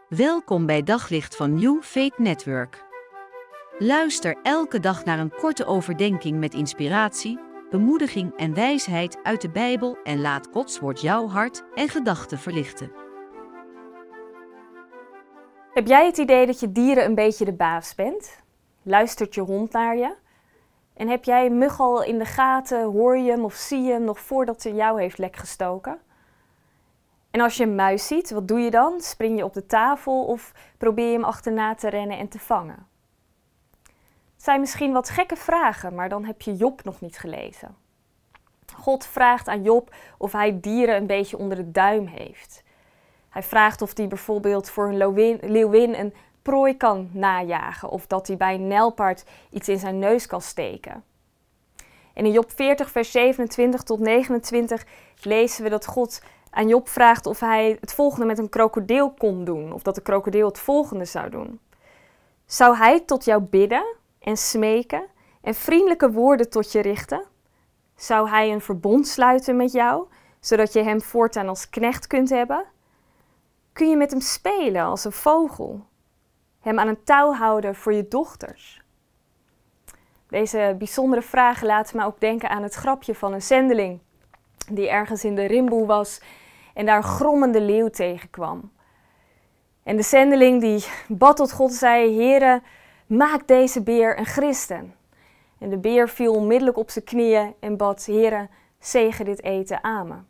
Welkom bij Daglicht van New Faith Network. Luister elke dag naar een korte overdenking met inspiratie, bemoediging en wijsheid uit de Bijbel en laat Gods woord jouw hart en gedachten verlichten. Heb jij het idee dat je dieren een beetje de baas bent? Luistert je hond naar je? En heb jij een mug al in de gaten, hoor je hem of zie je hem nog voordat hij jou heeft lek gestoken? En als je een muis ziet, wat doe je dan? Spring je op de tafel of probeer je hem achterna te rennen en te vangen? Het zijn misschien wat gekke vragen, maar dan heb je Job nog niet gelezen. God vraagt aan Job of hij dieren een beetje onder de duim heeft. Hij vraagt of hij bijvoorbeeld voor een leeuwin een prooi kan najagen of dat hij bij een nijlpaard iets in zijn neus kan steken. En in Job 40 vers 27 tot 29 lezen we dat God aan Job vraagt of hij het volgende met een krokodil kon doen, of dat de krokodil het volgende zou doen. Zou hij tot jou bidden en smeken en vriendelijke woorden tot je richten? Zou hij een verbond sluiten met jou, zodat je hem voortaan als knecht kunt hebben? Kun je met hem spelen als een vogel? Hem aan een touw houden voor je dochters? Deze bijzondere vragen laten me ook denken aan het grapje van een zendeling die ergens in de rimboe was en daar een grommende leeuw tegenkwam. En de zendeling die bad tot God zei: Heere, maak deze beer een christen. En de beer viel onmiddellijk op zijn knieën en bad: Heere, zegen dit eten aan me.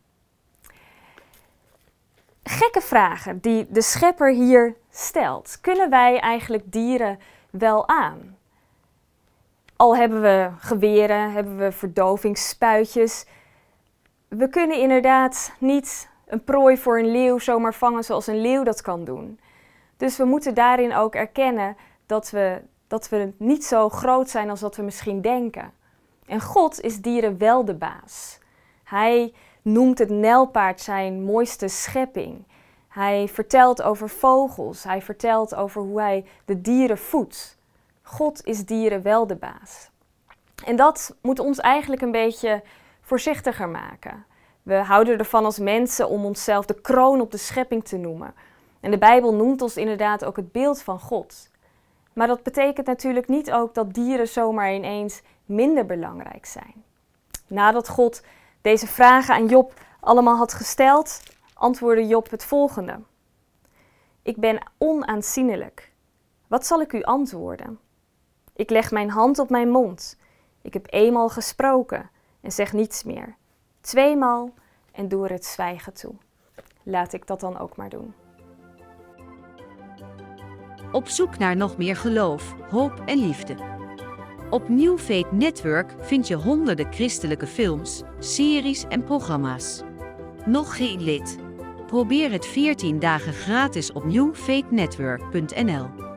Gekke vragen die de schepper hier stelt. Kunnen wij eigenlijk dieren wel aan? Al hebben we geweren, hebben we verdovingsspuitjes. We kunnen inderdaad niet een prooi voor een leeuw zomaar vangen zoals een leeuw dat kan doen. Dus we moeten daarin ook erkennen dat we niet zo groot zijn als dat we misschien denken. En God is dieren wel de baas. Hij noemt het nijlpaard zijn mooiste schepping. Hij vertelt over vogels. Hij vertelt over hoe hij de dieren voedt. God is dieren wel de baas. En dat moet ons eigenlijk een beetje voorzichtiger maken. We houden ervan als mensen om onszelf de kroon op de schepping te noemen. En de Bijbel noemt ons inderdaad ook het beeld van God. Maar dat betekent natuurlijk niet ook dat dieren zomaar ineens minder belangrijk zijn. Nadat God deze vragen aan Job allemaal had gesteld, antwoordde Job het volgende: Ik ben onaanzienlijk. Wat zal ik u antwoorden? Ik leg mijn hand op mijn mond. Ik heb eenmaal gesproken en zeg niets meer. 2 en doe er het zwijgen toe. Laat ik dat dan ook maar doen. Op zoek naar nog meer geloof, hoop en liefde. Op New Faith Network vind je honderden christelijke films, series en programma's. Nog geen lid? Probeer het 14 dagen gratis op newfaithnetwork.nl.